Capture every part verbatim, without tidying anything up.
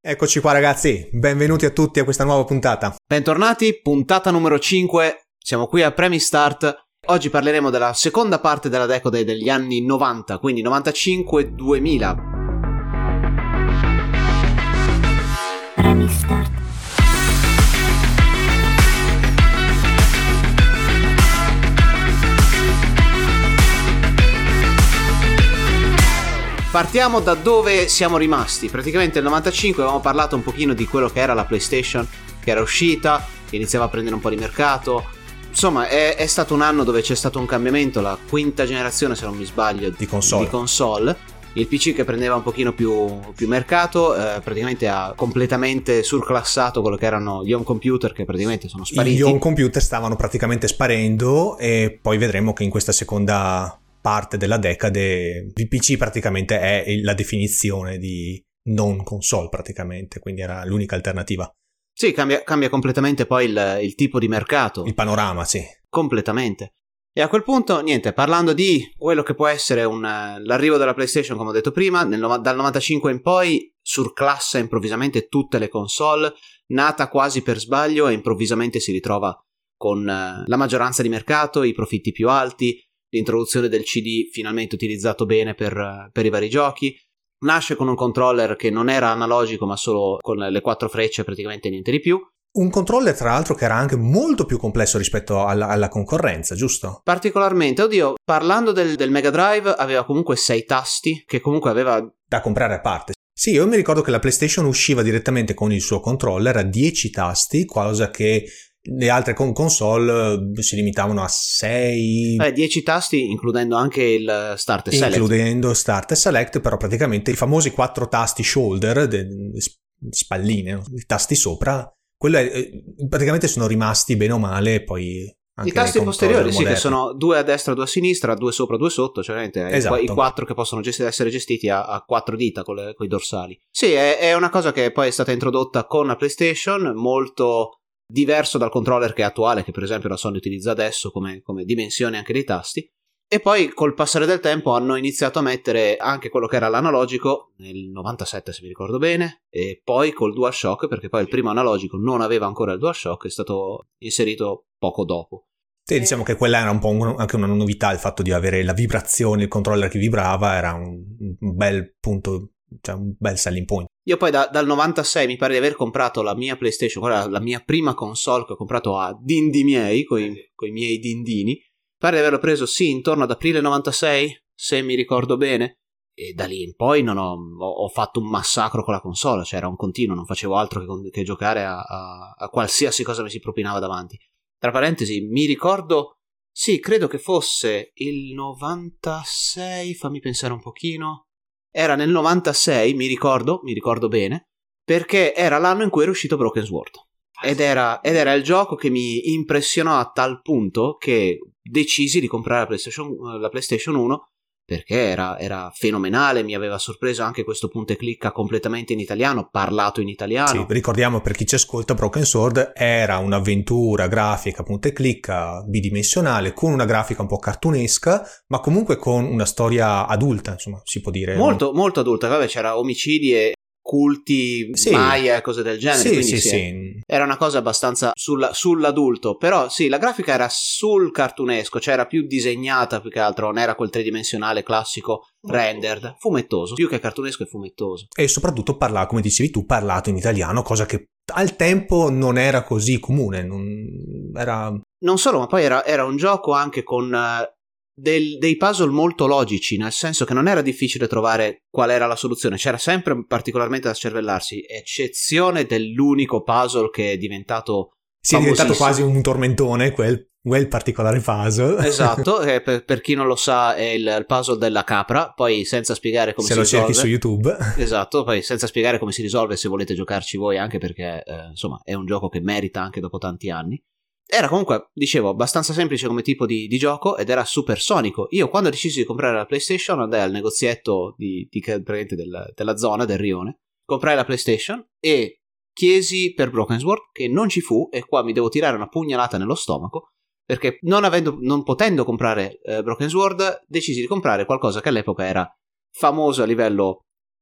Eccoci qua ragazzi, benvenuti a tutti a questa nuova puntata. Bentornati, puntata numero cinque, siamo qui a Premi Start. Oggi parleremo della seconda parte della decade degli anni novanta, quindi novantacinque duemila. Premi Start. Partiamo da dove siamo rimasti. Praticamente nel novantacinque avevamo parlato un pochino di quello che era la PlayStation, che era uscita, che iniziava a prendere un po' di mercato. Insomma, è, è stato un anno dove c'è stato un cambiamento, la quinta generazione, se non mi sbaglio, di console. Di console. Il P C che prendeva un pochino più, più mercato, eh, praticamente ha completamente surclassato quello che erano gli home computer, che praticamente sono spariti. Gli home computer stavano praticamente sparendo e poi vedremo che in questa seconda parte della decade il P C praticamente è la definizione di non console praticamente, quindi era l'unica alternativa. Sì, cambia, cambia completamente poi il, il tipo di mercato. Il panorama, sì. Completamente. E a quel punto, niente, parlando di quello che può essere un, l'arrivo della PlayStation, come ho detto prima, nel, dal novantacinque in poi surclassa improvvisamente tutte le console, nata quasi per sbaglio e improvvisamente si ritrova con la maggioranza di mercato, i profitti più alti, l'introduzione del C D finalmente utilizzato bene per, per i vari giochi. Nasce con un controller che non era analogico ma solo con le quattro frecce, praticamente niente di più. Un controller tra l'altro che era anche molto più complesso rispetto alla, alla concorrenza, giusto? Particolarmente, oddio, parlando del, del Mega Drive aveva comunque sei tasti che comunque aveva... da comprare a parte. Sì, io mi ricordo che la PlayStation usciva direttamente con il suo controller a dieci tasti, cosa che le altre con console si limitavano a sei. Eh, dieci tasti, includendo anche il Start e Select. Includendo Start e Select, però praticamente i famosi quattro tasti shoulder, de, spalline, no? I tasti sopra, quello è, praticamente sono rimasti bene o male, poi anche i tasti posteriori, sì, moderni. Che sono due a destra, due a sinistra, due sopra, due sotto, cioè veramente esatto. i quattro che possono gest- essere gestiti a, a quattro dita con, le, con i dorsali. Sì, è, è una cosa che poi è stata introdotta con la PlayStation, molto diverso dal controller che è attuale, che per esempio la Sony utilizza adesso come, come dimensione anche dei tasti. E poi col passare del tempo hanno iniziato a mettere anche quello che era l'analogico nel novantasette, se mi ricordo bene, e poi col DualShock, perché poi il primo analogico non aveva ancora il DualShock, è stato inserito poco dopo. Sì, diciamo che quella era un po' un, anche una novità, il fatto di avere la vibrazione, il controller che vibrava era un, un bel punto, cioè un bel selling point. Io poi da, dal novantasei mi pare di aver comprato la mia PlayStation, quella la mia prima console che ho comprato a dindi miei, coi, coi miei dindini. Pare di averlo preso, sì, intorno ad aprile novantasei, se mi ricordo bene. E da lì in poi non ho, ho, ho fatto un massacro con la console, cioè era un continuo, non facevo altro che, che giocare a, a, a qualsiasi cosa mi si propinava davanti. Tra parentesi, mi ricordo, sì, credo che fosse il novantasei, fammi pensare un pochino... Era nel novantasei, mi ricordo, mi ricordo bene, perché era l'anno in cui era uscito Broken Sword. Ed era, ed era il gioco che mi impressionò a tal punto che decisi di comprare la PlayStation, la PlayStation uno, perché era, era fenomenale, mi aveva sorpreso anche questo punto e clicca completamente in italiano, parlato in italiano. Sì, ricordiamo per chi ci ascolta, Broken Sword era un'avventura grafica punto e clicca bidimensionale, con una grafica un po' cartunesca, ma comunque con una storia adulta, insomma, si può dire. Molto, molto adulta, vabbè, c'era omicidi e culti, sì. Maya e cose del genere, sì, quindi sì, sì, sì. Era una cosa abbastanza sulla, sull'adulto, però sì, la grafica era sul cartunesco, cioè era più disegnata più che altro, non era quel tridimensionale classico rendered, fumettoso, più che cartunesco e fumettoso. E soprattutto parlava, come dicevi tu, parlato in italiano, cosa che al tempo non era così comune, non era... Non solo, ma poi era, era un gioco anche con... Uh, Del, dei puzzle molto logici, nel senso che non era difficile trovare qual era la soluzione, c'era sempre particolarmente da cervellarsi, eccezione dell'unico puzzle che è diventato sì, è diventato quasi un tormentone quel, quel particolare puzzle. Esatto, eh, per, per chi non lo sa è il, il puzzle della capra, poi senza spiegare come se si risolve. Se lo cerchi su YouTube. Esatto, poi senza spiegare come si risolve, se volete giocarci voi, anche perché eh, insomma è un gioco che merita anche dopo tanti anni. Era comunque, dicevo, abbastanza semplice come tipo di, di gioco ed era supersonico. Io quando decisi di comprare la PlayStation andai al negozietto di, di, del, della zona, del rione, comprai la PlayStation e chiesi per Broken Sword, che non ci fu, e qua mi devo tirare una pugnalata nello stomaco, perché non, avendo, non potendo comprare eh, Broken Sword decisi di comprare qualcosa che all'epoca era famoso a livello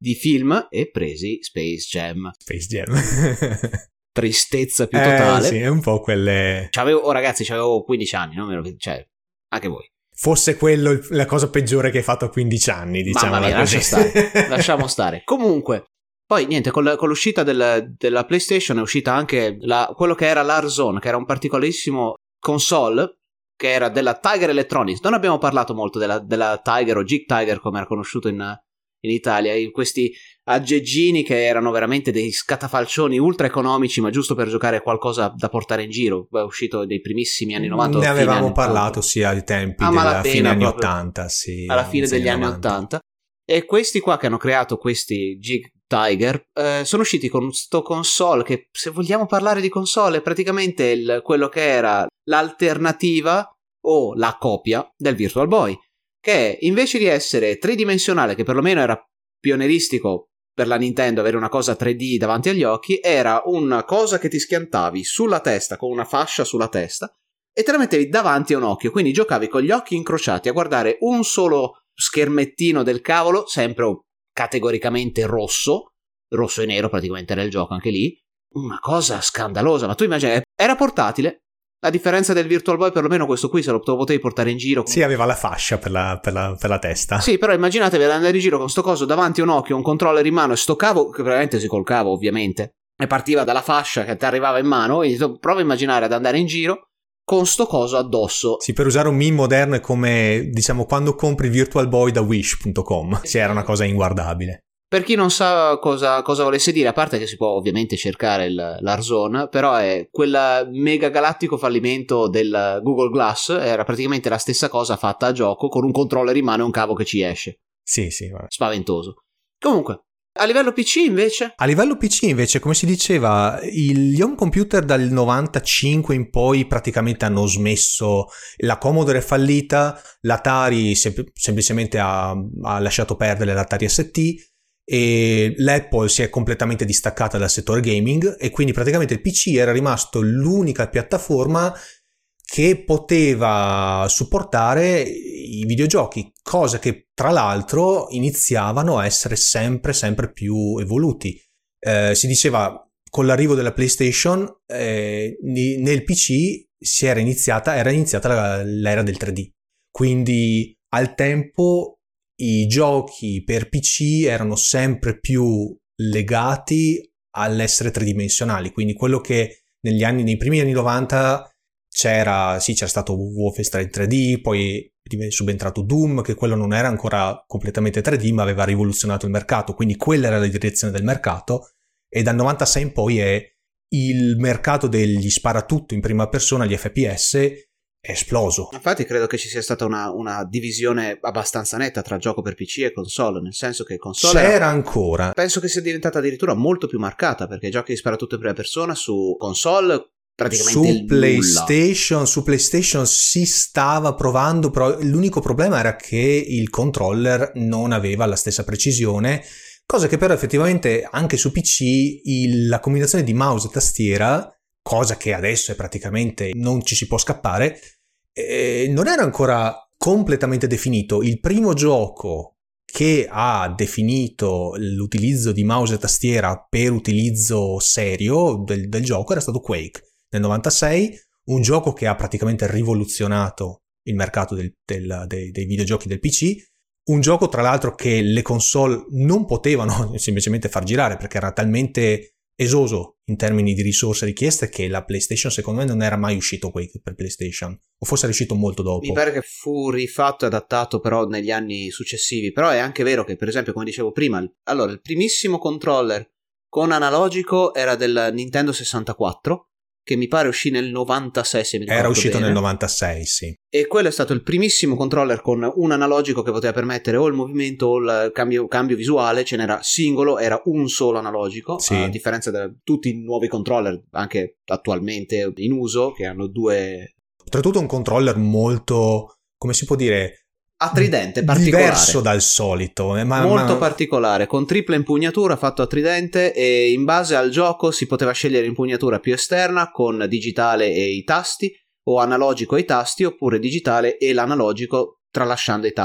di film e presi Space Jam. Space Jam. Tristezza più totale. Eh, sì, è un po' quelle... C'avevo, oh ragazzi, c'avevo quindici anni, non me lo... cioè, anche voi. Forse quello il- la cosa peggiore che hai fatto a quindici anni, diciamo. Mamma mia, lascia stare, lasciamo stare. Comunque, poi niente, con, la, con l'uscita del, della PlayStation è uscita anche la, quello che era l'Arzone, che era un particolarissimo console, che era della Tiger Electronics. Non abbiamo parlato molto della, della Tiger o Jig Tiger, come era conosciuto in, in Italia, questi aggeggini che erano veramente dei scatafalcioni ultra economici, ma giusto per giocare qualcosa da portare in giro. È uscito dei primissimi anni novanta. Ne avevamo anni parlato, sì, ai tempi ah, della fine anni proprio, ottanta, sì. alla fine degli anni ottanta. E questi qua che hanno creato questi Jig Tiger eh, sono usciti con sto console che, se vogliamo parlare di console, è praticamente il, quello che era l'alternativa o la copia del Virtual Boy, che invece di essere tridimensionale, che perlomeno era pionieristico per la Nintendo avere una cosa tre D davanti agli occhi, era una cosa che ti schiantavi sulla testa con una fascia sulla testa e te la mettevi davanti a un occhio, quindi giocavi con gli occhi incrociati a guardare un solo schermettino del cavolo, sempre categoricamente rosso, rosso e nero praticamente era il gioco anche lì, una cosa scandalosa. Ma tu immagini, era portatile, a differenza del Virtual Boy, perlomeno questo qui se lo potevi portare in giro. Sì, aveva la fascia per la, per la, per la testa. Sì, però immaginatevi ad andare in giro con sto coso davanti a un occhio, un controller in mano e sto cavo, che veramente si col cavo ovviamente, e partiva dalla fascia che ti arrivava in mano, e prova a immaginare ad andare in giro con sto coso addosso. Sì, per usare un meme moderno è come, diciamo, quando compri il Virtual Boy da wish punto com. Sì, era una cosa inguardabile. Per chi non sa cosa, cosa volesse dire, a parte che si può ovviamente cercare il, l'Arzone, però è quel mega galattico fallimento del Google Glass, era praticamente la stessa cosa fatta a gioco con un controller in mano e un cavo che ci esce. Sì, sì. Vabbè. Spaventoso. Comunque, a livello P C invece? A livello P C invece, come si diceva, gli home computer dal novantacinque in poi praticamente hanno smesso, la Commodore è fallita, l'Atari sem- semplicemente ha, ha lasciato perdere l'Atari S T, e l'Apple si è completamente distaccata dal settore gaming, e quindi praticamente il P C era rimasto l'unica piattaforma che poteva supportare i videogiochi, cosa che tra l'altro iniziavano a essere sempre sempre più evoluti. Eh, si diceva, con l'arrivo della PlayStation eh, nel P C si era iniziata era iniziata l'era del tre D, quindi al tempo i giochi per P C erano sempre più legati all'essere tridimensionali, quindi quello che negli anni, nei primi anni novanta c'era, sì, c'era stato Wolfenstein tre D, poi è subentrato Doom, che quello non era ancora completamente tre D, ma aveva rivoluzionato il mercato, quindi quella era la direzione del mercato, e dal novantasei in poi è il mercato degli sparatutto in prima persona, gli F P S, è esploso. Infatti credo che ci sia stata una, una divisione abbastanza netta tra gioco per P C e console, nel senso che console c'era era, ancora. Penso che sia diventata addirittura molto più marcata, perché giochi di sparatutto in prima persona su console praticamente su PlayStation, su PlayStation si stava provando, però l'unico problema era che il controller non aveva la stessa precisione, cosa che però effettivamente anche su P C il, la combinazione di mouse e tastiera, cosa che adesso è praticamente non ci si può scappare, eh, non era ancora completamente definito. Il primo gioco che ha definito l'utilizzo di mouse e tastiera per utilizzo serio del, del gioco era stato Quake nel novantasei, un gioco che ha praticamente rivoluzionato il mercato del, del, dei, dei videogiochi del P C, un gioco tra l'altro che le console non potevano semplicemente far girare perché era talmente esoso in termini di risorse richieste che la PlayStation, secondo me, non era mai uscito Quake per PlayStation, o forse era uscito molto dopo. Mi pare che fu rifatto e adattato però negli anni successivi, però è anche vero che, per esempio, come dicevo prima, allora il primissimo controller con analogico era del Nintendo sessantaquattro, che mi pare uscì nel novantasei, se mi ricordo Era uscito bene. nel novantasei, sì. E quello è stato il primissimo controller con un analogico che poteva permettere o il movimento o il cambio, cambio visuale, ce n'era singolo, era un solo analogico, sì. A differenza di tutti i nuovi controller, anche attualmente in uso, che hanno due... Oltretutto un controller molto, come si può dire... a tridente, particolare. Diverso dal solito. Eh, ma, Molto ma... particolare, con tripla impugnatura fatto a tridente, e in base al gioco si poteva scegliere impugnatura più esterna con digitale e i tasti, o analogico e i tasti, oppure digitale e l'analogico tralasciando i tasti.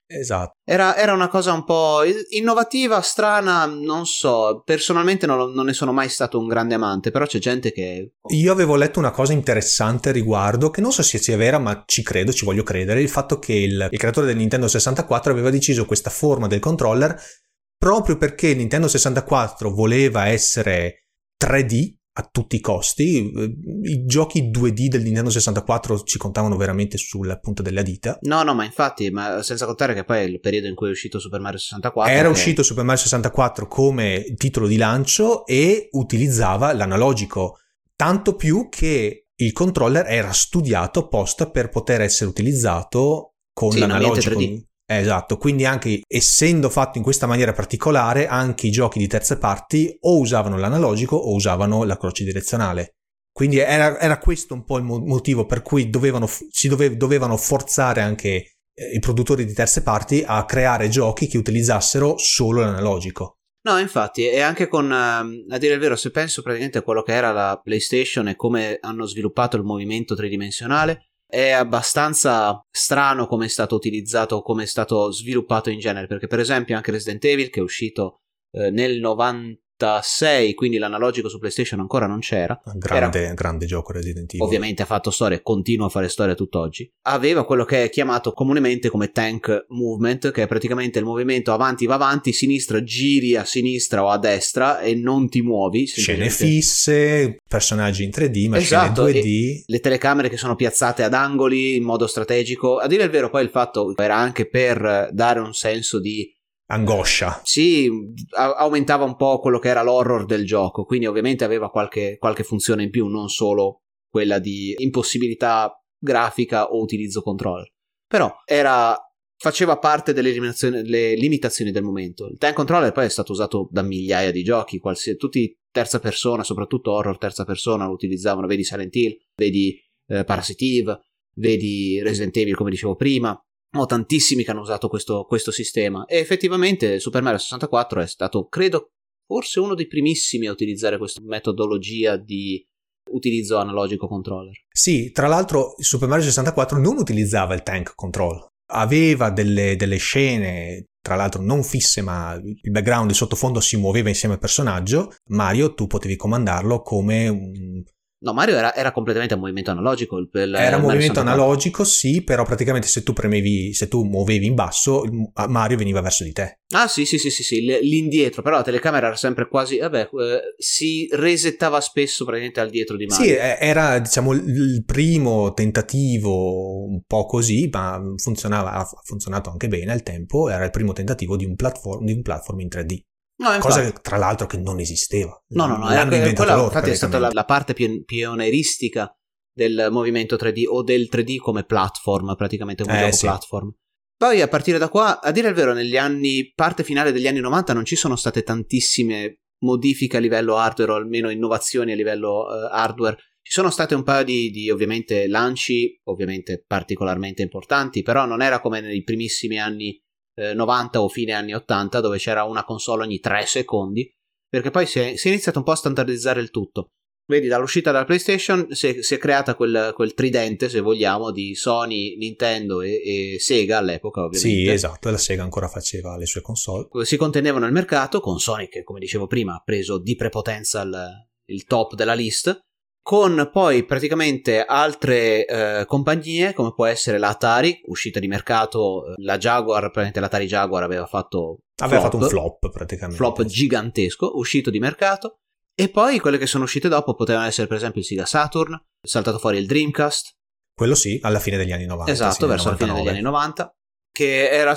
Esatto. Era, era una cosa un po' innovativa, strana, non so, personalmente non, non ne sono mai stato un grande amante, però c'è gente che... Io avevo letto una cosa interessante al riguardo, che non so se sia vera, ma ci credo, ci voglio credere, il fatto che il, il creatore del Nintendo sessantaquattro aveva deciso questa forma del controller proprio perché il Nintendo sessantaquattro voleva essere tre D a tutti i costi. I giochi due D del Nintendo sessantaquattro ci contavano veramente sulla punta della dita. No, no, ma infatti, ma senza contare che poi è il periodo in cui è uscito Super Mario sessantaquattro. Era che... uscito Super Mario sessantaquattro come titolo di lancio e utilizzava l'analogico, tanto più che il controller era studiato apposta per poter essere utilizzato con sì, l'analogico. Esatto, quindi anche essendo fatto in questa maniera particolare, anche i giochi di terze parti o usavano l'analogico o usavano la croce direzionale. Quindi era, era questo un po' il motivo per cui dovevano, si dove, dovevano forzare anche eh, i produttori di terze parti a creare giochi che utilizzassero solo l'analogico. No, infatti, e anche con, a dire il vero, se penso praticamente a quello che era la PlayStation e come hanno sviluppato il movimento tridimensionale, è abbastanza strano come è stato utilizzato, come è stato sviluppato in genere, perché per esempio anche Resident Evil, che è uscito eh, nel novantasei, quindi l'analogico su PlayStation ancora non c'era. Grande, era, grande gioco Resident Evil. Ovviamente ha fatto storia, continua a fare storia tutt'oggi. Aveva quello che è chiamato comunemente come tank movement, che è praticamente il movimento avanti va avanti, sinistra giri a sinistra o a destra e non ti muovi. Scene fisse, personaggi in tre D, ma esatto, scene due D. Le telecamere che sono piazzate ad angoli in modo strategico. A dire il vero, poi il fatto era anche per dare un senso di angoscia. Sì, a- aumentava un po' quello che era l'horror del gioco, quindi ovviamente aveva qualche, qualche funzione in più, non solo quella di impossibilità grafica o utilizzo controller. Però era, faceva parte delle le limitazioni del momento. Il time controller poi è stato usato da migliaia di giochi, qualsiasi, tutti terza persona, soprattutto horror terza persona lo utilizzavano, vedi Silent Hill, vedi eh, Parasite Eve, vedi Resident Evil come dicevo prima. Ho tantissimi che hanno usato questo, questo sistema e effettivamente Super Mario sessantaquattro è stato, credo, forse uno dei primissimi a utilizzare questa metodologia di utilizzo analogico controller. Sì, tra l'altro Super Mario sessantaquattro non utilizzava il tank control, aveva delle, delle scene, tra l'altro non fisse, ma il background, il sottofondo si muoveva insieme al personaggio. Mario tu potevi comandarlo come un... No, Mario era, era completamente a movimento analogico. Il, il, era il movimento analogico, sì, però praticamente se tu premevi, se tu muovevi in basso, Mario veniva verso di te. Ah sì, sì, sì, sì, sì, l'indietro, però la telecamera era sempre quasi, vabbè, eh, si resettava spesso praticamente al dietro di Mario. Sì, era diciamo il primo tentativo un po' così, ma funzionava, ha funzionato anche bene al tempo, era il primo tentativo di un platform, di un platform in tre D. No, cosa che, tra l'altro che non esisteva. No, no, no, era que- quella loro, infatti è stata la, la parte pion- pioneristica del movimento tre D o del tre D come platform, praticamente come eh, gioco sì. platform. Poi a partire da qua, a dire il vero, negli anni, parte finale degli anni novanta non ci sono state tantissime modifiche a livello hardware o almeno innovazioni a livello uh, hardware. Ci sono state un paio di, di ovviamente lanci, ovviamente particolarmente importanti, però non era come nei primissimi anni novanta o fine anni ottanta dove c'era una console ogni tre secondi, perché poi si è, si è iniziato un po' a standardizzare il tutto. Vedi, dall'uscita della PlayStation si è, si è creata quel, quel tridente, se vogliamo, di Sony, Nintendo e, e Sega all'epoca, ovviamente. Sì, esatto, la Sega ancora faceva le sue console. Si contenevano nel mercato, con Sony che, come dicevo prima, ha preso di prepotenza il, il top della list, con poi praticamente altre eh, compagnie come può essere la Atari, uscita di mercato, la Jaguar, praticamente l'Atari Jaguar aveva fatto aveva flop, fatto un flop praticamente. Flop gigantesco, uscito di mercato, e poi quelle che sono uscite dopo potevano essere per esempio il Sega Saturn, è saltato fuori il Dreamcast. Quello sì, alla fine degli anni novanta. Esatto, sì, verso la fine degli anni novanta, che era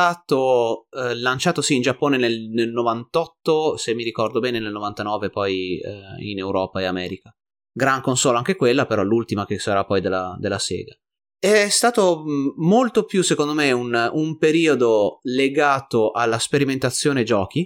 stato eh, lanciato sì in Giappone nel, nel novantotto, se mi ricordo bene nel novantanove poi eh, in Europa e America. Gran console anche quella, però l'ultima che sarà poi della, della Sega. È stato molto più, secondo me, un, un periodo legato alla sperimentazione giochi,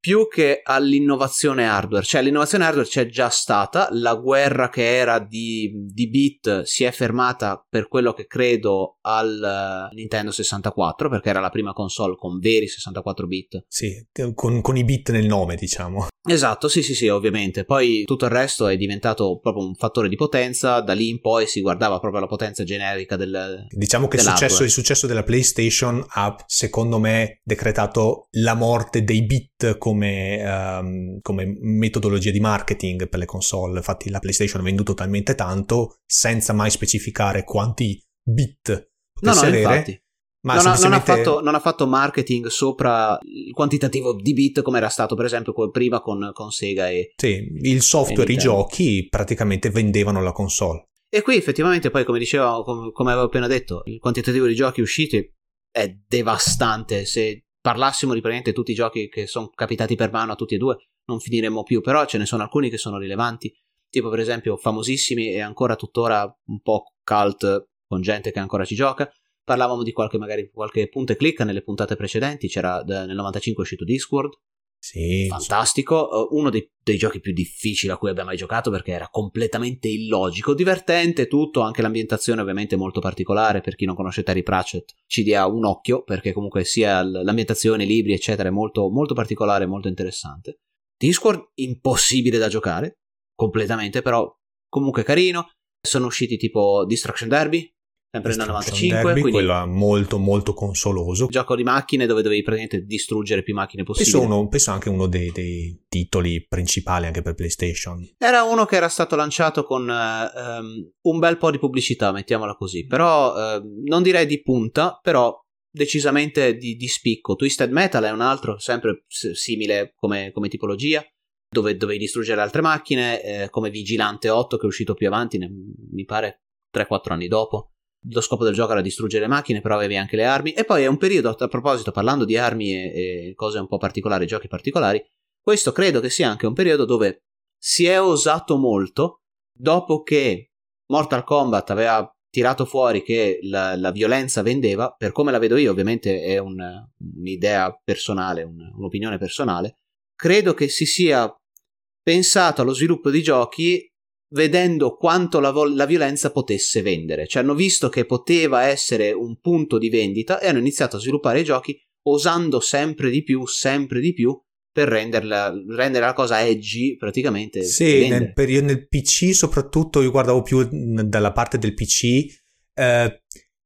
più che all'innovazione hardware. Cioè l'innovazione hardware c'è già stata, la guerra che era di, di bit si è fermata per quello che credo al Nintendo sessantaquattro, perché era la prima console con veri sessantaquattro bit. Sì, con, con i bit nel nome, diciamo. Esatto, sì sì sì, ovviamente. Poi tutto il resto è diventato proprio un fattore di potenza, da lì in poi si guardava proprio la potenza generica del Diciamo che il successo, il successo della PlayStation ha, secondo me, decretato la morte dei bit come, um, come metodologia di marketing per le console. Infatti la PlayStation ha venduto talmente tanto senza mai specificare quanti bit potesse no, no, avere. Infatti. Ma non, semplicemente... ha, non, ha fatto, non ha fatto marketing sopra il quantitativo di bit come era stato per esempio prima con, con Sega e sì, il software, i giochi praticamente vendevano la console. E qui effettivamente poi come dicevo, come, come avevo appena detto, il quantitativo di giochi usciti è devastante. Se parlassimo di praticamente tutti i giochi che sono capitati per mano a tutti e due non finiremmo più, però ce ne sono alcuni che sono rilevanti, tipo per esempio famosissimi e ancora tuttora un po' cult con gente che ancora ci gioca. Parlavamo di qualche magari qualche punta e clicca nelle puntate precedenti, c'era nel novantacinque è uscito Discworld, sì, fantastico, uno dei, dei giochi più difficili a cui abbia mai giocato perché era completamente illogico, divertente tutto, anche l'ambientazione ovviamente molto particolare. Per chi non conosce Terry Pratchett ci dia un occhio, perché comunque sia l'ambientazione, i libri eccetera è molto, molto particolare, molto interessante. Discworld impossibile da giocare completamente, però comunque carino. Sono usciti tipo Destruction Derby sempre nel novantacinque, Derby, quindi quello è molto molto consoloso, gioco di macchine dove dovevi praticamente distruggere più macchine possibili. Penso, uno, penso anche uno dei, dei titoli principali anche per PlayStation. Era uno che era stato lanciato con uh, um, un bel po' di pubblicità, mettiamola così, però uh, non direi di punta, però decisamente di, di spicco. Twisted Metal è un altro, sempre simile come, come tipologia, dove dovevi distruggere altre macchine, eh, come Vigilante otto che è uscito più avanti, ne, mi pare tre quattro anni dopo. Lo scopo del gioco era distruggere le macchine, però avevi anche le armi. E poi è un periodo, a proposito, parlando di armi e, e cose un po' particolari, giochi particolari, questo credo che sia anche un periodo dove si è osato molto, dopo che Mortal Kombat aveva tirato fuori che la, la violenza vendeva. Per come la vedo io, ovviamente è un, un'idea personale, un, un'opinione personale, credo che si sia pensato allo sviluppo di giochi vedendo quanto la, vo- la violenza potesse vendere. Cioè hanno visto che poteva essere un punto di vendita e hanno iniziato a sviluppare i giochi osando sempre di più, sempre di più, per renderla, rendere la cosa edgy praticamente. Sì, nel, periodo, nel P C soprattutto, io guardavo più dalla parte del P C, eh,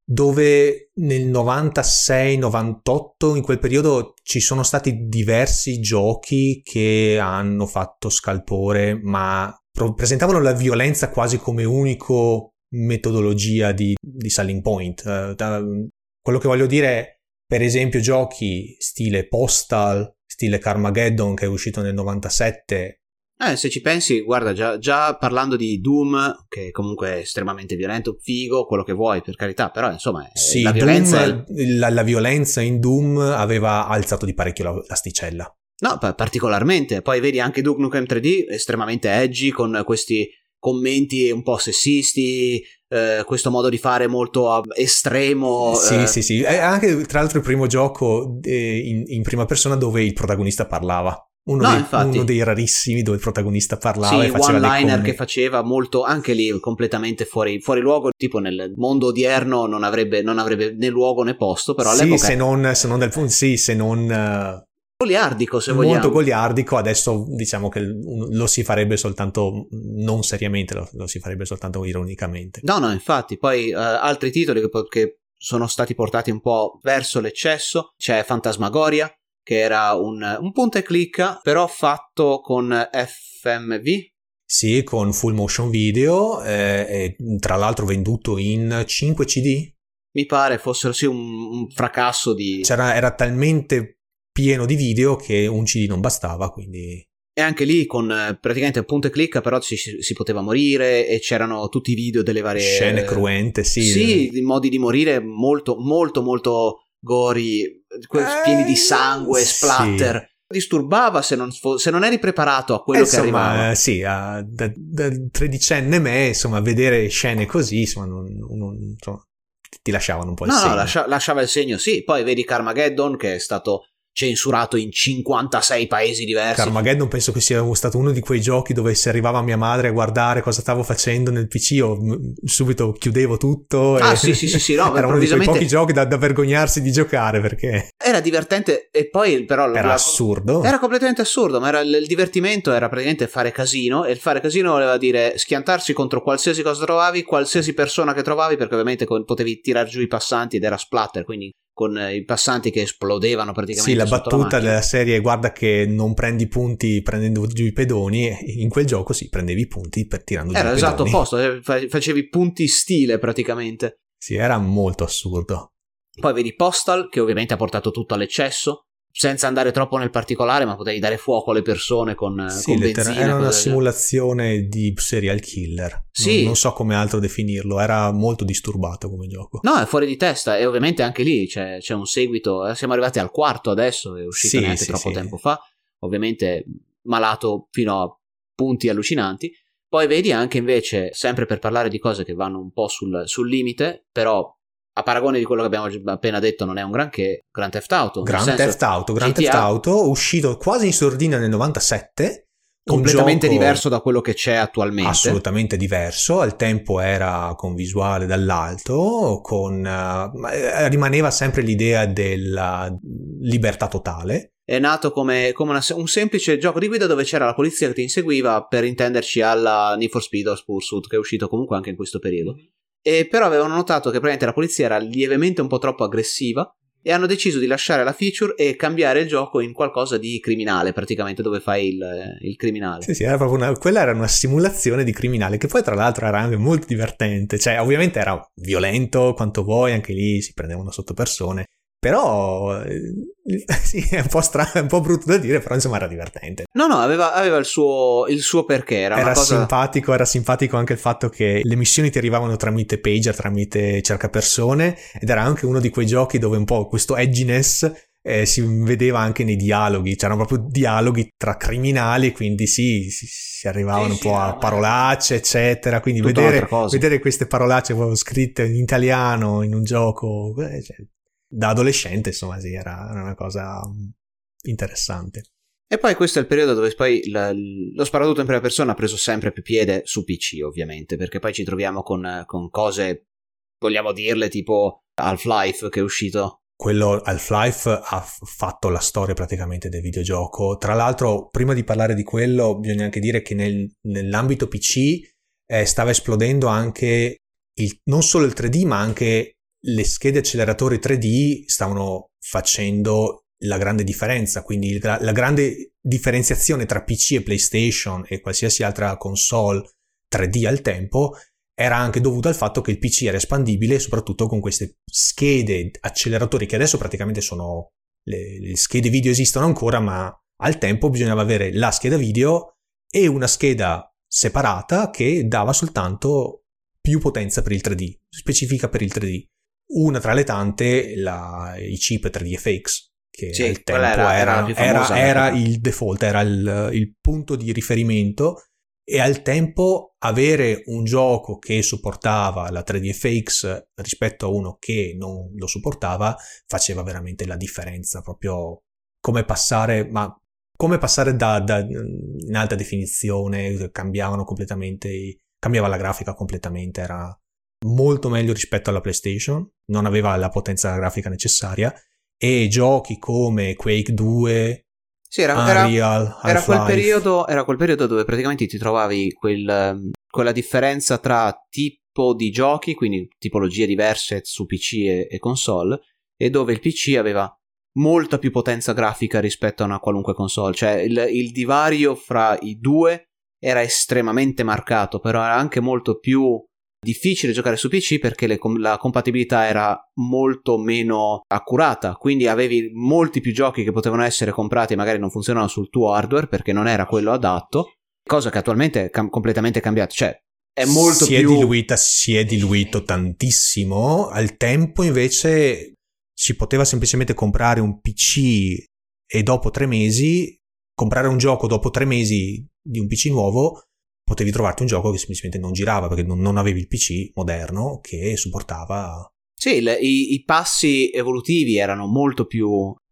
dove nel novantasei novantotto, in quel periodo, ci sono stati diversi giochi che hanno fatto scalpore, ma presentavano la violenza quasi come unico metodologia di, di selling point. Uh, da, quello che voglio dire è, per esempio, giochi stile Postal, stile Carmageddon che è uscito nel novantasette. Eh, se ci pensi, guarda, già, già parlando di Doom, che comunque è estremamente violento, figo, quello che vuoi, per carità, però insomma sì, la violenza Doom, è... la, la violenza in Doom aveva alzato di parecchio l'asticella. No, particolarmente. Poi vedi anche Duke Nukem tre D, estremamente edgy, con questi commenti un po' sessisti, eh, questo modo di fare molto estremo. Sì, eh. sì, sì. È anche tra l'altro il primo gioco eh, in, in prima persona dove il protagonista parlava. Uno, no, dei, infatti. uno dei rarissimi dove il protagonista parlava sì, e faceva dei one-liner che faceva molto, anche lì completamente fuori, fuori luogo, tipo nel mondo odierno non avrebbe, non avrebbe né luogo né posto, però sì, all'epoca... se non, se non, del, sì, se non uh... goliardico, se vogliamo. Molto goliardico. Adesso diciamo che lo si farebbe soltanto, non seriamente, lo, lo si farebbe soltanto ironicamente. No, no, infatti. Poi uh, altri titoli che, che sono stati portati un po' verso l'eccesso. C'è Fantasmagoria, che era un, un punta e clicca, però fatto con F M V. Sì, con full motion video, eh, e tra l'altro venduto in cinque C D. Mi pare fossero sì un, un fracasso di... C'era, era talmente pieno di video che un C D non bastava, quindi... E anche lì con eh, praticamente punta e clicca, però si, si poteva morire e c'erano tutti i video delle varie... Scene cruente, sì. Sì, di modi di morire molto, molto, molto gori, eh, pieni di sangue, splatter. Sì. Disturbava se non, se non eri preparato a quello insomma, che arrivava. Sì, uh, da, da tredicenne me, insomma, vedere scene così, insomma, non, non, insomma, ti lasciavano un po' il no, segno. No, lascia, lasciava il segno, sì. Poi vedi Carmageddon, che è stato... censurato in cinquantasei paesi diversi. Carmageddon penso che sia stato uno di quei giochi dove se arrivava mia madre a guardare cosa stavo facendo nel P C io subito chiudevo tutto. Ah e sì sì sì, sì no, era uno di quei pochi giochi da, da vergognarsi di giocare perché era divertente e poi però era la... assurdo, era completamente assurdo, ma era il, il divertimento era praticamente fare casino, e il fare casino voleva dire schiantarsi contro qualsiasi cosa trovavi, qualsiasi persona che trovavi, perché ovviamente potevi tirar giù i passanti ed era splatter, quindi con i passanti che esplodevano praticamente. Sì, la sotto battuta la della serie guarda che non prendi punti prendendo giù i pedoni, in quel gioco sì, prendevi i punti per tirando giù i pedoni. Era esatto opposto, facevi punti stile praticamente. Sì, era molto assurdo. Poi vedi Postal, che ovviamente ha portato tutto all'eccesso, senza andare troppo nel particolare, ma potevi dare fuoco alle persone con, sì, con benzina. Era una simulazione di serial killer. Sì. Non, non so come altro definirlo, era molto disturbato come gioco. No, è fuori di testa, e ovviamente anche lì c'è, c'è un seguito. Siamo arrivati al quarto adesso, è uscito sì, neanche sì, troppo sì. tempo fa. Ovviamente malato fino a punti allucinanti. Poi vedi anche invece, sempre per parlare di cose che vanno un po' sul, sul limite, però a paragone di quello che abbiamo appena detto non è un granché, Grand Theft Auto. Grand Theft Auto, Grand Theft Auto, uscito quasi in sordina nel novantasette. Completamente diverso da quello che c'è attualmente. Assolutamente diverso, al tempo era con visuale dall'alto, con uh, rimaneva sempre l'idea della libertà totale. È nato come, come una, un semplice gioco di guida dove c'era la polizia che ti inseguiva, per intenderci alla Need for Speed o Pursuit, che è uscito comunque anche in questo periodo. E però avevano notato che praticamente la polizia era lievemente un po' troppo aggressiva e hanno deciso di lasciare la feature e cambiare il gioco in qualcosa di criminale, praticamente, dove fai il, il criminale. Sì, sì, era proprio una, quella era una simulazione di criminale, che poi tra l'altro era anche molto divertente, cioè ovviamente era violento quanto vuoi, anche lì si prendevano sotto persone, però sì, è un po' strano, è un po' brutto da dire, però insomma era divertente. No, no, aveva, aveva il suo il suo perché, era, era una cosa... simpatico, era simpatico anche il fatto che le missioni ti arrivavano tramite pager, tramite cercapersone, ed era anche uno di quei giochi dove un po' questo edginess eh, si vedeva anche nei dialoghi, c'erano proprio dialoghi tra criminali, quindi sì, si, si arrivavano sì, un po' sì, a parolacce, eccetera, quindi vedere, vedere queste parolacce scritte in italiano in un gioco, eh, cioè, da adolescente, insomma, sì, era una cosa interessante. E poi questo è il periodo dove poi la, lo sparatutto in prima persona ha preso sempre più piede su P C, ovviamente, perché poi ci troviamo con, con cose, vogliamo dirle, tipo Half-Life che è uscito. Quello Half-Life ha fatto la storia praticamente del videogioco. Tra l'altro, prima di parlare di quello, bisogna anche dire che nel, nell'ambito P C eh, stava esplodendo anche il, non solo il tre D, ma anche le schede acceleratori tre D stavano facendo la grande differenza, quindi la, la grande differenziazione tra P C e PlayStation e qualsiasi altra console tre D al tempo era anche dovuta al fatto che il P C era espandibile, soprattutto con queste schede acceleratori che adesso praticamente sono le, le schede video esistono ancora, ma al tempo bisognava avere la scheda video e una scheda separata che dava soltanto più potenza per il tre D, specifica per il tre D. Una tra le tante, la, i chip tre D F X, che sì, al tempo era, era, era, famosa, era, era il default, era il, il punto di riferimento, e al tempo avere un gioco che supportava la tre D F X rispetto a uno che non lo supportava faceva veramente la differenza, proprio come passare, ma come passare da, da in alta definizione, cambiavano completamente, cambiava la grafica completamente, era molto meglio rispetto alla PlayStation, non aveva la potenza grafica necessaria, e giochi come Quake due, sì, era, Unreal, era, era quel periodo, era quel periodo dove praticamente ti trovavi quel, quella differenza tra tipo di giochi, quindi tipologie diverse su P C e, e console, e dove il P C aveva molta più potenza grafica rispetto a una qualunque console, cioè il, il divario fra i due era estremamente marcato, però era anche molto più difficile giocare su P C perché le, la compatibilità era molto meno accurata, quindi avevi molti più giochi che potevano essere comprati e magari non funzionavano sul tuo hardware perché non era quello adatto, cosa che attualmente è cam- completamente cambiata, cioè è molto si più... è diluita, si è diluito tantissimo. Al tempo invece si poteva semplicemente comprare un P C e dopo tre mesi, comprare un gioco dopo tre mesi di un P C nuovo, potevi trovarti un gioco che semplicemente non girava perché non, non avevi il P C moderno che supportava. Sì, le, i, i passi evolutivi erano molto più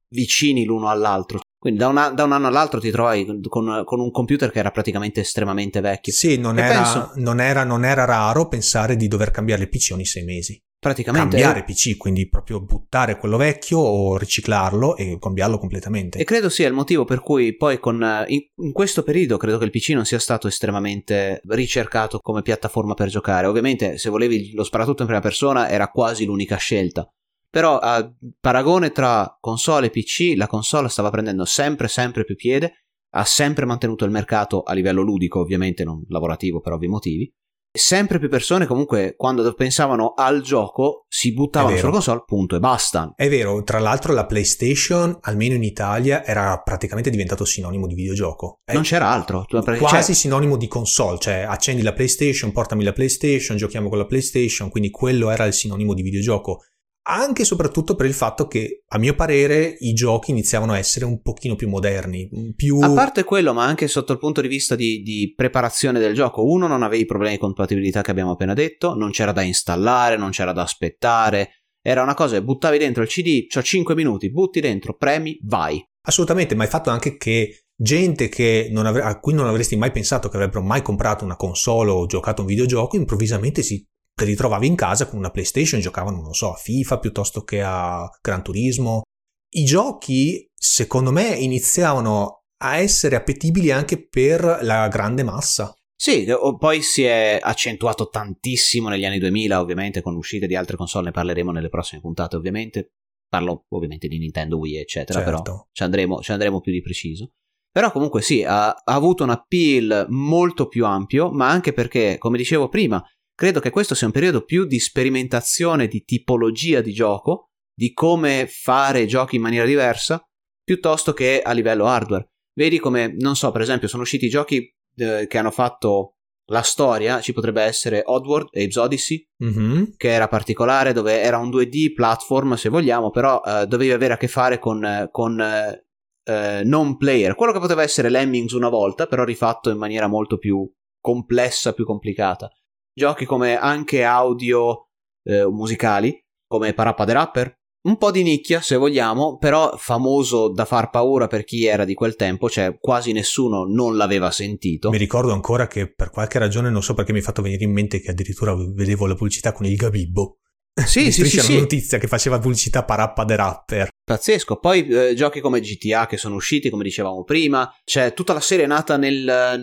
vicini l'uno all'altro. Quindi da, una, da un anno all'altro ti trovavi con, con un computer che era praticamente estremamente vecchio. Sì, non era, penso, non, era, non era raro pensare di dover cambiare il P C ogni sei mesi. Praticamente cambiare P C, quindi proprio buttare quello vecchio o riciclarlo e cambiarlo completamente. E credo sia il motivo per cui poi con in, in questo periodo credo che il P C non sia stato estremamente ricercato come piattaforma per giocare. Ovviamente se volevi lo sparatutto in prima persona era quasi l'unica scelta. Però a paragone tra console e P C, la console stava prendendo sempre sempre più piede, ha sempre mantenuto il mercato a livello ludico, ovviamente non lavorativo per ovvi motivi. Sempre più persone comunque quando pensavano al gioco si buttavano sulla console, punto e basta. È vero, tra l'altro la PlayStation, almeno in Italia, era praticamente diventato sinonimo di videogioco. Non c'era altro. Quasi cioè, sinonimo di console, cioè accendi la PlayStation, portami la PlayStation, giochiamo con la PlayStation, quindi quello era il sinonimo di videogioco. Anche e soprattutto per il fatto che, a mio parere, i giochi iniziavano a essere un pochino più moderni, più... A parte quello, ma anche sotto il punto di vista di, di preparazione del gioco. Uno, non avevi i problemi di compatibilità che abbiamo appena detto, non c'era da installare, non c'era da aspettare, era una cosa che buttavi dentro il C D, c'ho cinque minuti, butti dentro, premi, vai. Assolutamente, ma il fatto anche che gente che non avre- a cui non avresti mai pensato che avrebbero mai comprato una console o giocato un videogioco, improvvisamente si... te li trovavi in casa con una PlayStation, giocavano, non so, a FIFA piuttosto che a Gran Turismo. I giochi, secondo me, iniziavano a essere appetibili anche per la grande massa. Sì, poi si è accentuato tantissimo negli anni duemila, ovviamente, con l'uscita di altre console, ne parleremo nelle prossime puntate, ovviamente. Parlo ovviamente di Nintendo Wii, eccetera, certo. Però ci andremo, ci andremo più di preciso. Però comunque sì, ha, ha avuto un appeal molto più ampio, ma anche perché, come dicevo prima, credo che questo sia un periodo più di sperimentazione di tipologia di gioco, di come fare giochi in maniera diversa, piuttosto che a livello hardware. Vedi come, non so, per esempio, sono usciti giochi eh, che hanno fatto la storia, ci potrebbe essere Oddworld, Abe's Odyssey, mm-hmm. che era particolare, dove era un due D platform, se vogliamo, però eh, dovevi avere a che fare con, con eh, non player, quello che poteva essere Lemmings una volta, però rifatto in maniera molto più complessa, più complicata. Giochi come anche audio eh, musicali, come Parappa the Rapper, un po' di nicchia se vogliamo, però famoso da far paura per chi era di quel tempo, cioè quasi nessuno non l'aveva sentito. Mi ricordo ancora che per qualche ragione, non so perché mi è fatto venire in mente che addirittura vedevo la pubblicità con il Gabibbo. Sì, sì, sì, c'era sì. una notizia che faceva pubblicità Parappa the Rapper. Pazzesco. Poi eh, giochi come G T A che sono usciti, come dicevamo prima, c'è tutta la serie nata nel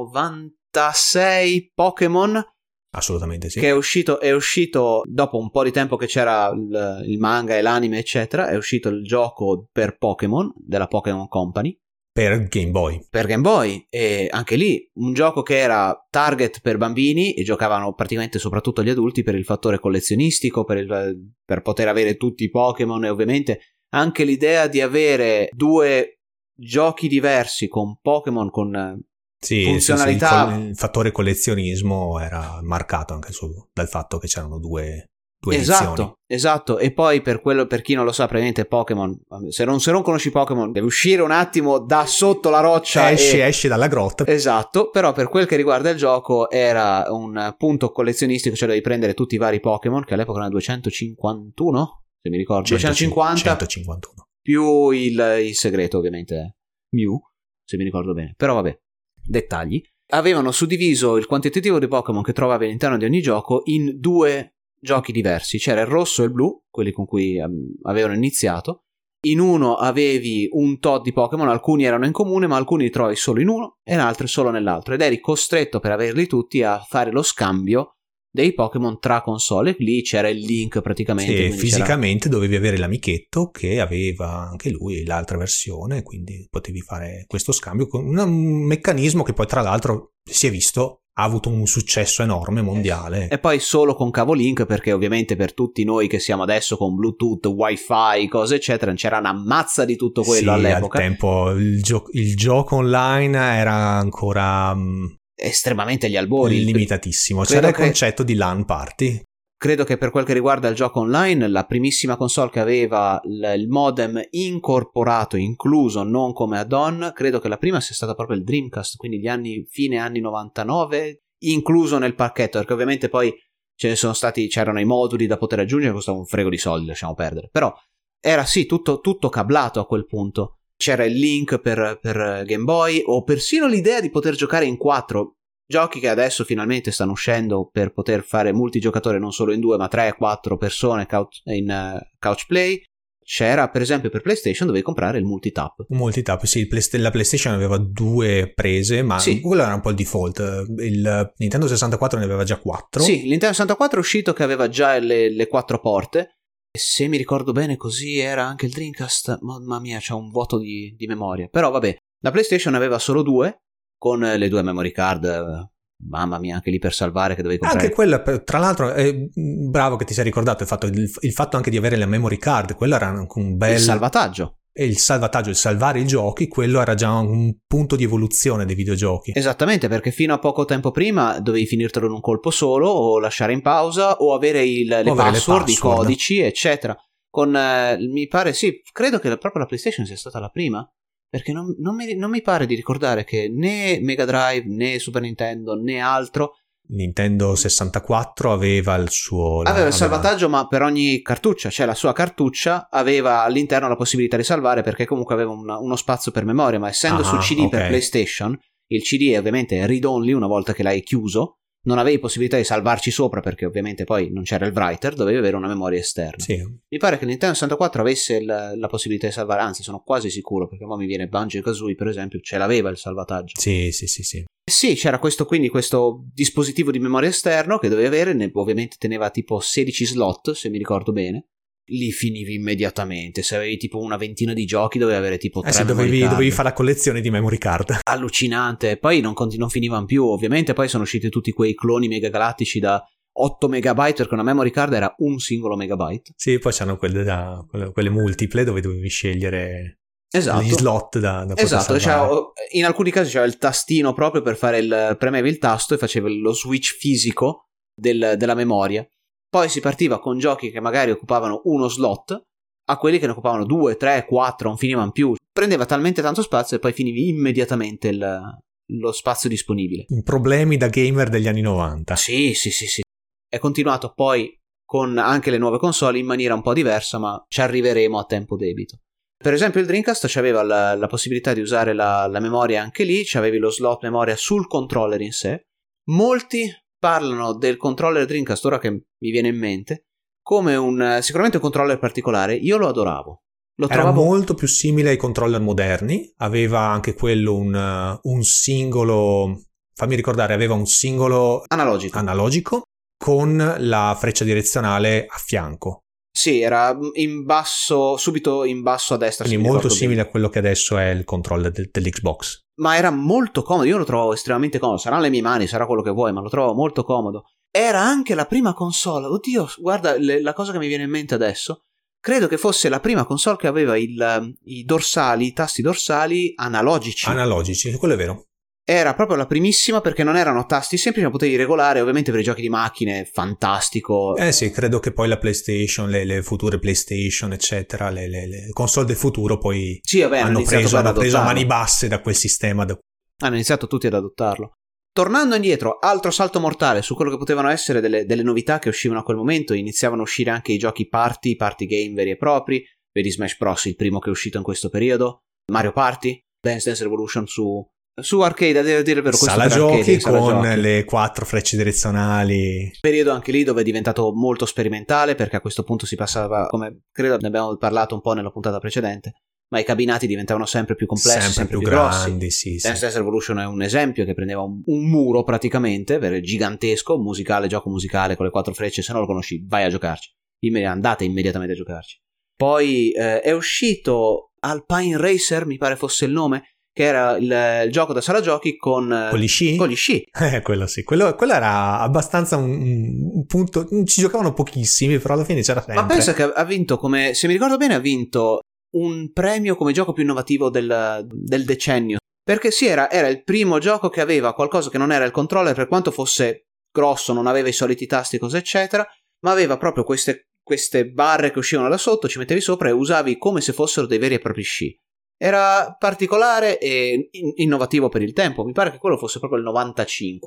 novantasei, Pokémon. Assolutamente sì. Che è uscito, è uscito dopo un po' di tempo che c'era il, il manga e l'anime, eccetera. È uscito il gioco per Pokémon, della Pokémon Company. Per Game Boy. Per Game Boy. E anche lì un gioco che era target per bambini e giocavano praticamente soprattutto gli adulti per il fattore collezionistico, per, il, per poter avere tutti i Pokémon e ovviamente anche l'idea di avere due giochi diversi con Pokémon con... Sì, funzionalità. Sì, sì, il, il fattore collezionismo era marcato anche su, dal fatto che c'erano due, due esatto, edizioni. Esatto, e poi per quello, per chi non lo sa, praticamente Pokémon, se non, se non conosci Pokémon devi uscire un attimo da sotto la roccia, esci, e... esci dalla grotta. Esatto, però per quel che riguarda il gioco era un punto collezionistico, cioè devi prendere tutti i vari Pokémon, che all'epoca erano duecentocinquantuno, se mi ricordo, duecentocinquanta centocinquantuno più il, il segreto ovviamente Mew, se mi ricordo bene, però vabbè, dettagli. Avevano suddiviso il quantitativo di Pokémon che trovavi all'interno di ogni gioco in due giochi diversi, c'era il rosso e il blu, quelli con cui um, avevano iniziato. In uno avevi un tot di Pokémon, alcuni erano in comune, ma alcuni li trovi solo in uno e in altri solo nell'altro, ed eri costretto per averli tutti a fare lo scambio dei Pokémon tra console. Lì c'era il link praticamente. Sì, fisicamente c'era... dovevi avere l'amichetto che aveva anche lui l'altra versione, quindi potevi fare questo scambio con un meccanismo che poi tra l'altro si è visto ha avuto un successo enorme mondiale. E poi solo con cavo link, perché ovviamente per tutti noi che siamo adesso con Bluetooth, Wi-Fi, cose eccetera, c'era una mazza di tutto quello sì, all'epoca. Al tempo il, gio- il gioco online era ancora um, estremamente agli albori, limitatissimo. Credo C'era il che... concetto di LAN party. Credo che per quel che riguarda il gioco online, la primissima console che aveva il modem incorporato, incluso, non come add-on, credo che la prima sia stata proprio il Dreamcast, quindi gli anni, fine anni novantanove, incluso nel pacchetto, perché ovviamente poi ce ne sono stati, c'erano i moduli da poter aggiungere, costava un frego di soldi, lasciamo perdere, però era sì tutto, tutto cablato a quel punto. C'era il link per, per Game Boy, o persino l'idea di poter giocare in quattro. Giochi che adesso finalmente stanno uscendo per poter fare multigiocatore non solo in due ma tre, quattro persone couch, in uh, couch play. C'era per esempio per PlayStation, dovevi comprare il multitap. Un multitap, sì, il Play- la PlayStation aveva due prese, ma sì. quello era un po' il default. Il Nintendo sessantaquattro ne aveva già quattro. Sì, il Nintendo sessantaquattro è uscito che aveva già le, le quattro porte. E se mi ricordo bene così era anche il Dreamcast. Mamma mia, c'è un vuoto di, di memoria. Però vabbè, la PlayStation aveva solo due, con le due memory card. Mamma mia, anche lì per salvare che dovevi comprare. Anche quella, tra l'altro, è bravo che ti sei ricordato il fatto, il, il fatto anche di avere la memory card, quello era anche un bel... Il salvataggio. E il salvataggio, il salvare i giochi, quello era già un punto di evoluzione dei videogiochi. Esattamente, perché fino a poco tempo prima dovevi finirtelo in un colpo solo, o lasciare in pausa, o avere il, le, o password, avere le password, i codici, eccetera. Con, eh, mi pare, sì, credo che proprio la PlayStation sia stata la prima. Perché non, non, mi, non mi pare di ricordare che né Mega Drive, né Super Nintendo, né altro... Nintendo sessantaquattro aveva il suo... Aveva la, il salvataggio, ma per ogni cartuccia, cioè la sua cartuccia aveva all'interno la possibilità di salvare, perché comunque aveva una, uno spazio per memoria, ma essendo ah, su C D okay. per PlayStation, il C D è ovviamente read-only una volta che l'hai chiuso, non avevi possibilità di salvarci sopra perché ovviamente poi non c'era il writer, dovevi avere una memoria esterna. Sì. Mi pare che il Nintendo sessantaquattro avesse la, la possibilità di salvare, anzi sono quasi sicuro, perché ora mi viene Banjo-Kazooie per esempio, ce l'aveva il salvataggio. Sì, sì, sì, sì. Sì, c'era questo quindi questo dispositivo di memoria esterno che dovevi avere, ne, ovviamente teneva tipo sedici slot, se mi ricordo bene. Lì finivi immediatamente, se avevi tipo una ventina di giochi dovevi avere tipo tre eh sì, dovevi, dovevi fare la collezione di memory card. Allucinante, poi non, continu- non finivano più, ovviamente poi sono usciti tutti quei cloni megagalattici da otto megabyte, perché una memory card era un singolo megabyte. Sì, poi c'erano quelle, da, quelle, quelle multiple dove dovevi scegliere esatto. gli slot da, da poter esatto, salvare. cioè, in alcuni casi c'era il tastino proprio per fare il, premevi il tasto e facevi lo switch fisico del, della memoria. Poi si partiva con giochi che magari occupavano uno slot a quelli che ne occupavano due, tre, quattro, non finivano più. Prendeva talmente tanto spazio e poi finivi immediatamente il, lo spazio disponibile. Problemi da gamer degli anni novanta. Sì, sì, sì, sì. È continuato poi con anche le nuove console in maniera un po' diversa, ma ci arriveremo a tempo debito. Per esempio il Dreamcast c'aveva la, la possibilità di usare la, la memoria anche lì, c'avevi lo slot memoria sul controller in sé. Molti parlano del controller Dreamcast, ora che mi viene in mente, come un sicuramente un controller particolare. Io lo adoravo. Lo Era trovavo molto più simile ai controller moderni, aveva anche quello un, un singolo, fammi ricordare, aveva un singolo analogico. analogico con la freccia direzionale a fianco. Sì, era in basso, subito in basso a destra. Quindi molto simile bene. A quello che adesso è il controller del, dell'Xbox. Ma era molto comodo, io lo trovavo estremamente comodo. Saranno le mie mani, sarà quello che vuoi, ma lo trovo molto comodo. Era anche la prima console. Oddio, guarda le, la cosa che mi viene in mente adesso. Credo che fosse la prima console che aveva il, i dorsali, i tasti dorsali analogici. Analogici, quello è vero. Era proprio la primissima perché non erano tasti semplici, ma potevi regolare, ovviamente per i giochi di macchine, fantastico. Eh sì, credo che poi la PlayStation, le, le future PlayStation, eccetera, le, le, le console del futuro poi sì, vabbè, hanno, preso, hanno preso a mani basse da quel sistema. Hanno iniziato tutti ad adottarlo. Tornando indietro, altro salto mortale su quello che potevano essere delle, delle novità che uscivano a quel momento, iniziavano a uscire anche i giochi party, party game veri e propri, vedi Smash Bros, il primo che è uscito in questo periodo, Mario Party, Dance Dance Revolution su... Su arcade, a dire il vero, questo sala giochi arcade, sala con giochi. Le quattro frecce direzionali. Periodo anche lì dove è diventato molto sperimentale, perché a questo punto si passava, come credo ne abbiamo parlato un po' nella puntata precedente, ma i cabinati diventavano sempre più complessi, sempre, sempre più, più grandi. Sì, Dance sì. Dance Revolution è un esempio che prendeva un, un muro praticamente, gigantesco, musicale, gioco musicale con le quattro frecce. Se non lo conosci, vai a giocarci. Immedi- andate immediatamente a giocarci. Poi eh, è uscito Alpine Racer, mi pare fosse il nome, che era il, il gioco da sala giochi con, con gli sci. Con gli sci. Eh, quello sì, quello, quello era abbastanza un, un punto, ci giocavano pochissimi, però alla fine c'era sempre. Ma pensa che ha vinto come, se mi ricordo bene, ha vinto un premio come gioco più innovativo del, del decennio. Perché sì, era, era il primo gioco che aveva qualcosa che non era il controller, per quanto fosse grosso, non aveva i soliti tasti, cose eccetera, ma aveva proprio queste, queste barre che uscivano da sotto, ci mettevi sopra e usavi come se fossero dei veri e propri sci. Era particolare e innovativo per il tempo, mi pare che quello fosse proprio il novantacinque.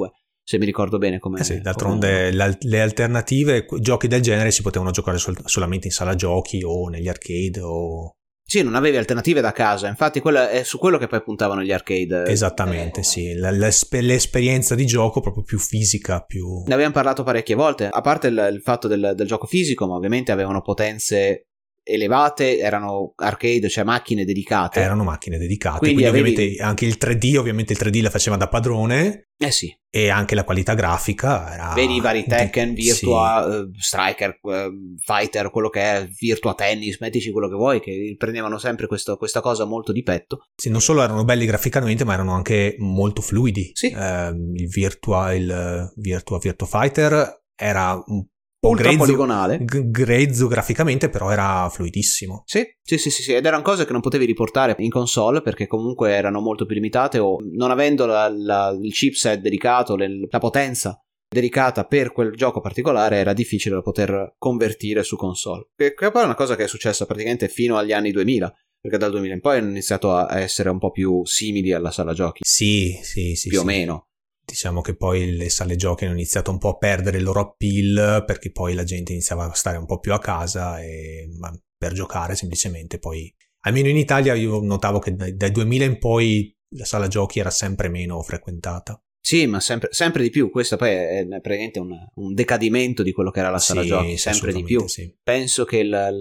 se mi ricordo bene come... Eh sì, d'altronde come... le alternative, giochi del genere si potevano giocare sol- solamente in sala giochi o negli arcade o... Sì, non avevi alternative da casa, infatti quella è su quello che poi puntavano gli arcade. Esattamente, eh, sì, L'esper- l'esperienza di gioco proprio più fisica, più... Ne abbiamo parlato parecchie volte, a parte il, il fatto del, del gioco fisico, ma ovviamente avevano potenze elevate, erano arcade, cioè macchine dedicate. Erano macchine dedicate, quindi, quindi avevi... ovviamente anche il tre D, ovviamente il tre D la faceva da padrone. Eh sì. E anche la qualità grafica era... Vedi i vari Tekken, Virtua, sì. uh, Striker, uh, Fighter, quello che è, Virtua Tennis, mettici quello che vuoi, che prendevano sempre questo, questa cosa molto di petto. Sì, non solo erano belli graficamente, ma erano anche molto fluidi. Sì. Eh, il Virtua, il Virtua, Virtua Fighter era un po' ultra grezzo, poligonale, g- grezzo graficamente, però era fluidissimo. Sì, sì, sì, sì, sì, ed erano cose che non potevi riportare in console perché comunque erano molto più limitate o non avendo la, la, il chipset dedicato, le, la potenza dedicata per quel gioco particolare era difficile da poter convertire su console. Che, che poi è una cosa che è successa praticamente fino agli anni duemila, perché dal duemila in poi hanno iniziato a essere un po' più simili alla sala giochi. Sì, sì, sì. Più sì. o meno. Diciamo che poi le sale giochi hanno iniziato un po' a perdere il loro appeal perché poi la gente iniziava a stare un po' più a casa e, ma per giocare semplicemente. Poi almeno in Italia io notavo che dai, dai duemila in poi la sala giochi era sempre meno frequentata. Sì, ma sempre, sempre di più. Questo poi è praticamente un, un decadimento di quello che era la sala sì, giochi, sempre di più. Sì. Penso che la,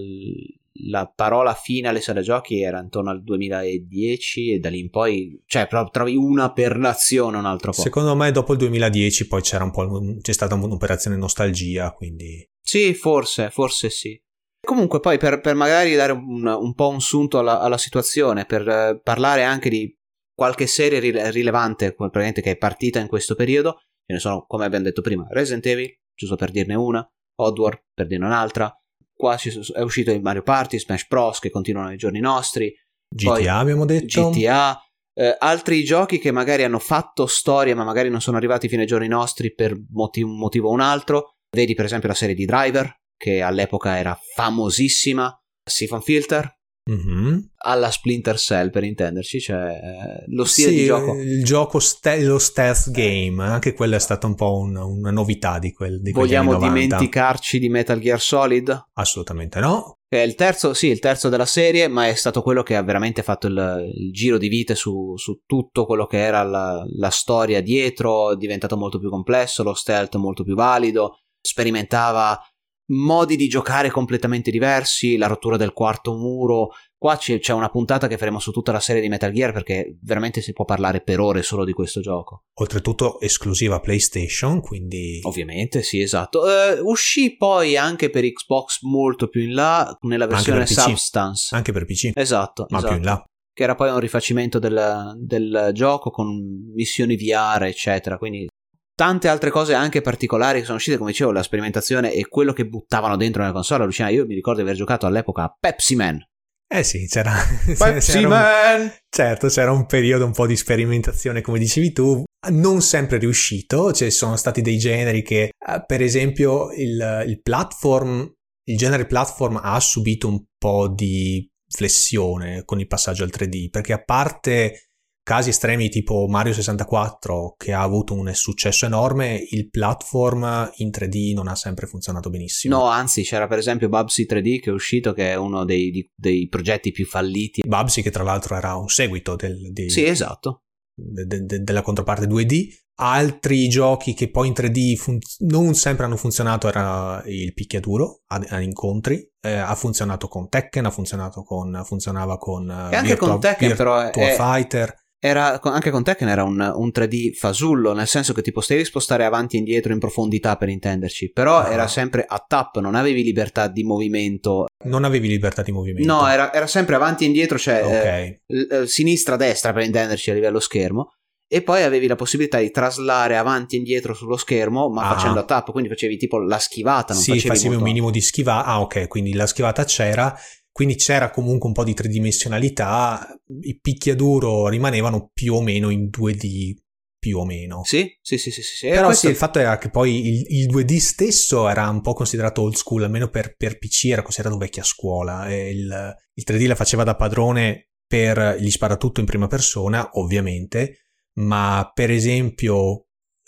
la parola fine alle sale giochi era intorno al duemiladieci e da lì in poi, cioè trovi una per nazione un altro po'. Secondo me dopo il duemiladieci poi c'era un po', c'è stata un'operazione nostalgia, quindi... Sì, forse, forse sì. Comunque poi per, per magari dare un, un po' un sunto alla, alla situazione, per uh, parlare anche di qualche serie rile- rilevante praticamente che è partita in questo periodo, ce ne sono, come abbiamo detto prima, Resident Evil, giusto per dirne una, Oddworld, per dirne un'altra, qua è uscito il Mario Party, Smash Bros, che continuano ai giorni nostri, G T A abbiamo detto, G T A, eh, altri giochi che magari hanno fatto storia ma magari non sono arrivati fino ai giorni nostri per motivo, un motivo o un altro. Vedi per esempio la serie di Driver, che all'epoca era famosissima, Siphon Filter, mm-hmm. alla Splinter Cell per intenderci, cioè eh, lo stile sì, di gioco, il gioco ste- lo stealth game, anche quello è stato un po' un, una novità di quel di vogliamo dimenticarci di Metal Gear Solid? Assolutamente no. È il terzo, sì, il terzo della serie, ma è stato quello che ha veramente fatto il, il giro di vite su, su tutto quello che era la, la storia dietro, è diventato molto più complesso, lo stealth molto più valido, sperimentava modi di giocare completamente diversi, la rottura del quarto muro. Qua c'è, c'è una puntata che faremo su tutta la serie di Metal Gear perché veramente si può parlare per ore solo di questo gioco. Oltretutto esclusiva PlayStation, quindi... Ovviamente, sì, esatto. Uh, uscì poi anche per Xbox molto più in là, nella versione anche per Substance. Anche per P C. Esatto, ma esatto. più in là. Che era poi un rifacimento del, del gioco con missioni V R, eccetera, quindi... Tante altre cose anche particolari che sono uscite, come dicevo, la sperimentazione e quello che buttavano dentro nella console allucinante. Io mi ricordo di aver giocato all'epoca a Pepsi Man. Eh sì, c'era... Pepsi c'era Man! Un, certo, c'era un periodo un po' di sperimentazione, come dicevi tu, non sempre riuscito. Ci sono stati dei generi che, per esempio, il, il platform, il genere platform ha subito un po' di flessione con il passaggio al tre D, perché a parte... casi estremi tipo Mario sessantaquattro che ha avuto un successo enorme, il platform in tre D non ha sempre funzionato benissimo. No, anzi c'era per esempio Bubsy tre D che è uscito, che è uno dei, di, dei progetti più falliti. Bubsy che tra l'altro era un seguito del, di, sì, esatto. de, de, della controparte due D. Altri giochi che poi in tre D fun- non sempre hanno funzionato era il picchiaduro a, a incontri, eh, ha funzionato con Tekken, ha funzionato con funzionava con e anche Virtua, con Tekken però Virtua è, Fighter. Era, anche con Tekken era un, un tre D fasullo, nel senso che ti potevi spostare avanti e indietro in profondità per intendersi, però ah. era sempre a tap, non avevi libertà di movimento. Non avevi libertà di movimento? No, era, era sempre avanti e indietro, cioè okay. eh, sinistra-destra per intenderci a livello schermo, e poi avevi la possibilità di traslare avanti e indietro sullo schermo, ma ah. facendo a tap, quindi facevi tipo la schivata, non sì, facevi facevi molto... un minimo di schivata, ah ok, quindi la schivata c'era... Quindi c'era comunque un po' di tridimensionalità, i picchiaduro rimanevano più o meno in due D, più o meno. Sì, sì, sì, sì. sì. Però questo... sì, il fatto era che poi il, il due D stesso era un po' considerato old school, almeno per, per P C era considerato vecchia scuola. E il, il tre D la faceva da padrone per gli sparatutto in prima persona, ovviamente, ma per esempio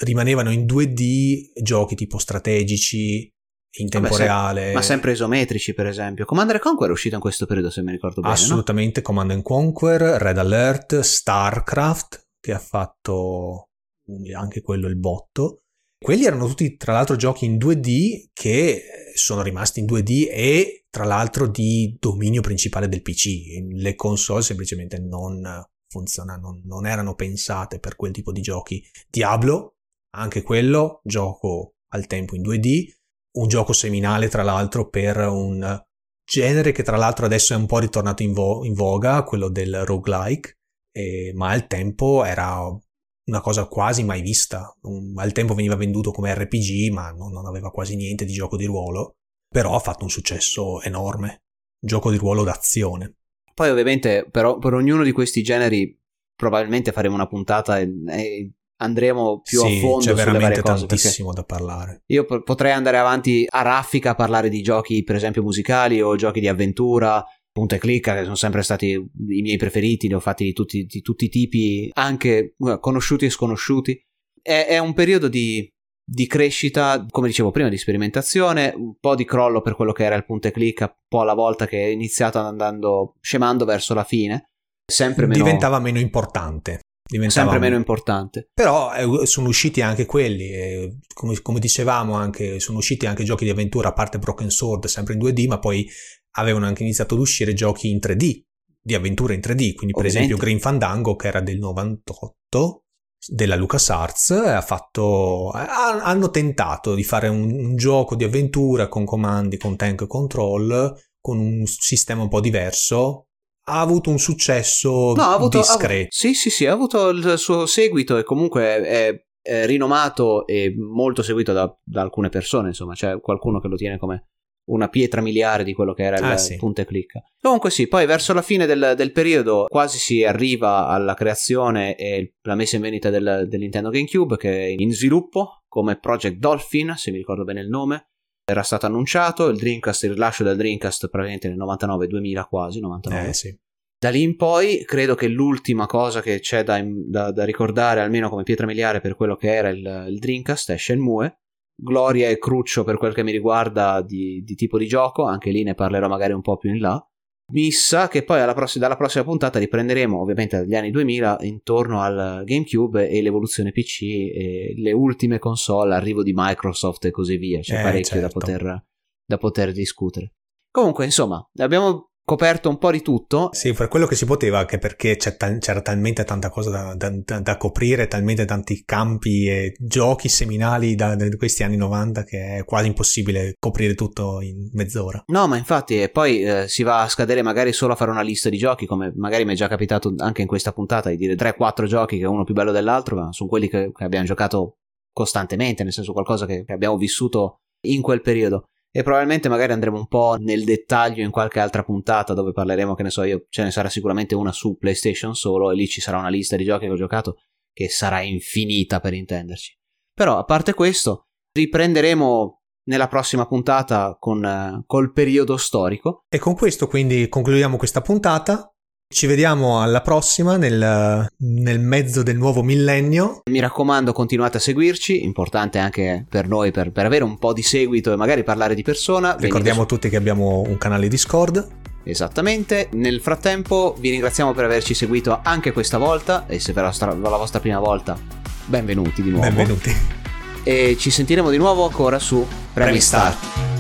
rimanevano in due D giochi tipo strategici in tempo Vabbè, se- reale. Ma sempre isometrici, per esempio. Command and Conquer è uscito in questo periodo, se mi ricordo bene, Assolutamente, no? Command and Conquer, Red Alert, StarCraft, che ha fatto anche quello il botto. Quelli erano tutti, tra l'altro, giochi in due D che sono rimasti in due D e, tra l'altro, di dominio principale del P C. Le console semplicemente non funzionano, non, non erano pensate per quel tipo di giochi. Diablo, anche quello, gioco al tempo in due D, un gioco seminale, tra l'altro, per un genere che, tra l'altro, adesso è un po' ritornato in, vo- in voga, quello del roguelike, eh, ma al tempo era una cosa quasi mai vista. Um, al tempo veniva venduto come R P G, ma non, non aveva quasi niente di gioco di ruolo, però ha fatto un successo enorme, gioco di ruolo d'azione. Poi ovviamente però per ognuno di questi generi probabilmente faremo una puntata e, e andremo più sì, a fondo c'è sulle varie cose, tantissimo da parlare. Io po- potrei andare avanti a raffica a parlare di giochi per esempio musicali o giochi di avventura, punta e clicca, che sono sempre stati i miei preferiti, ne ho fatti di tutti, di tutti i tipi, anche conosciuti e sconosciuti. È, è un periodo di, di crescita, come dicevo prima, di sperimentazione, un po' di crollo per quello che era il punta e clicca, un po' alla volta, che è iniziato andando scemando verso la fine, sempre meno, diventava meno importante. Diventava sempre meno importante. Però eh, sono usciti anche quelli, eh, come, come dicevamo, anche sono usciti anche giochi di avventura, a parte Broken Sword, sempre in due D, ma poi avevano anche iniziato ad uscire giochi in tre D, di avventura in tre D, quindi per Ovviamente. esempio Grim Fandango, che era del novantotto, della LucasArts, ha fatto, ha, hanno tentato di fare un, un gioco di avventura con comandi, con tank control, con un sistema un po' diverso. Ha avuto un successo no, ha avuto, discreto. Ha avuto, sì, sì, sì, ha avuto il suo seguito e comunque è, è rinomato e molto seguito da, da alcune persone, insomma, c'è qualcuno che lo tiene come una pietra miliare di quello che era il ah, sì. punta e clicca. Comunque sì, poi verso la fine del, del periodo quasi si arriva alla creazione e la messa in vendita del, del Nintendo GameCube, che è in sviluppo come Project Dolphin, se mi ricordo bene il nome. Era stato annunciato il Dreamcast, il rilascio del Dreamcast praticamente nel novantanove duemila, quasi novantanove. Eh, sì. Da lì in poi credo che l'ultima cosa che c'è da, da, da ricordare, almeno come pietra miliare per quello che era il, il Dreamcast, è Shenmue. Gloria e cruccio per quel che mi riguarda di, di tipo di gioco, anche lì ne parlerò magari un po' più in là. Mi sa che poi alla prossima, dalla prossima puntata riprenderemo ovviamente dagli anni duemila intorno al GameCube e l'evoluzione P C e le ultime console, l'arrivo di Microsoft e così via. C'è eh, parecchio certo. da poter, da poter discutere. Comunque insomma abbiamo coperto un po' di tutto. Sì, per quello che si poteva, anche perché c'è ta- c'era talmente tanta cosa da, da, da, da coprire, talmente tanti campi e giochi seminali da, da questi anni novanta che è quasi impossibile coprire tutto in mezz'ora. No, ma infatti, e poi eh, si va a scadere magari solo a fare una lista di giochi, come magari mi è già capitato anche in questa puntata di dire tre quattro giochi che è uno più bello dell'altro, ma sono quelli che, che abbiamo giocato costantemente, nel senso qualcosa che, che abbiamo vissuto in quel periodo. E probabilmente magari andremo un po' nel dettaglio in qualche altra puntata dove parleremo, che ne so io, ce ne sarà sicuramente una su PlayStation solo e lì ci sarà una lista di giochi che ho giocato che sarà infinita, per intenderci. Però a parte questo riprenderemo nella prossima puntata con uh, col periodo storico. E con questo quindi concludiamo questa puntata. Ci vediamo alla prossima nel, nel mezzo del nuovo millennio. Mi raccomando, continuate a seguirci, importante anche per noi per, per avere un po' di seguito e magari parlare di persona. Ricordiamo Venite... tutti che abbiamo un canale Discord. Esattamente. Nel frattempo vi ringraziamo per averci seguito anche questa volta e se per la, stra- la vostra prima volta, benvenuti di nuovo. Benvenuti. E ci sentiremo di nuovo ancora su Premi Start.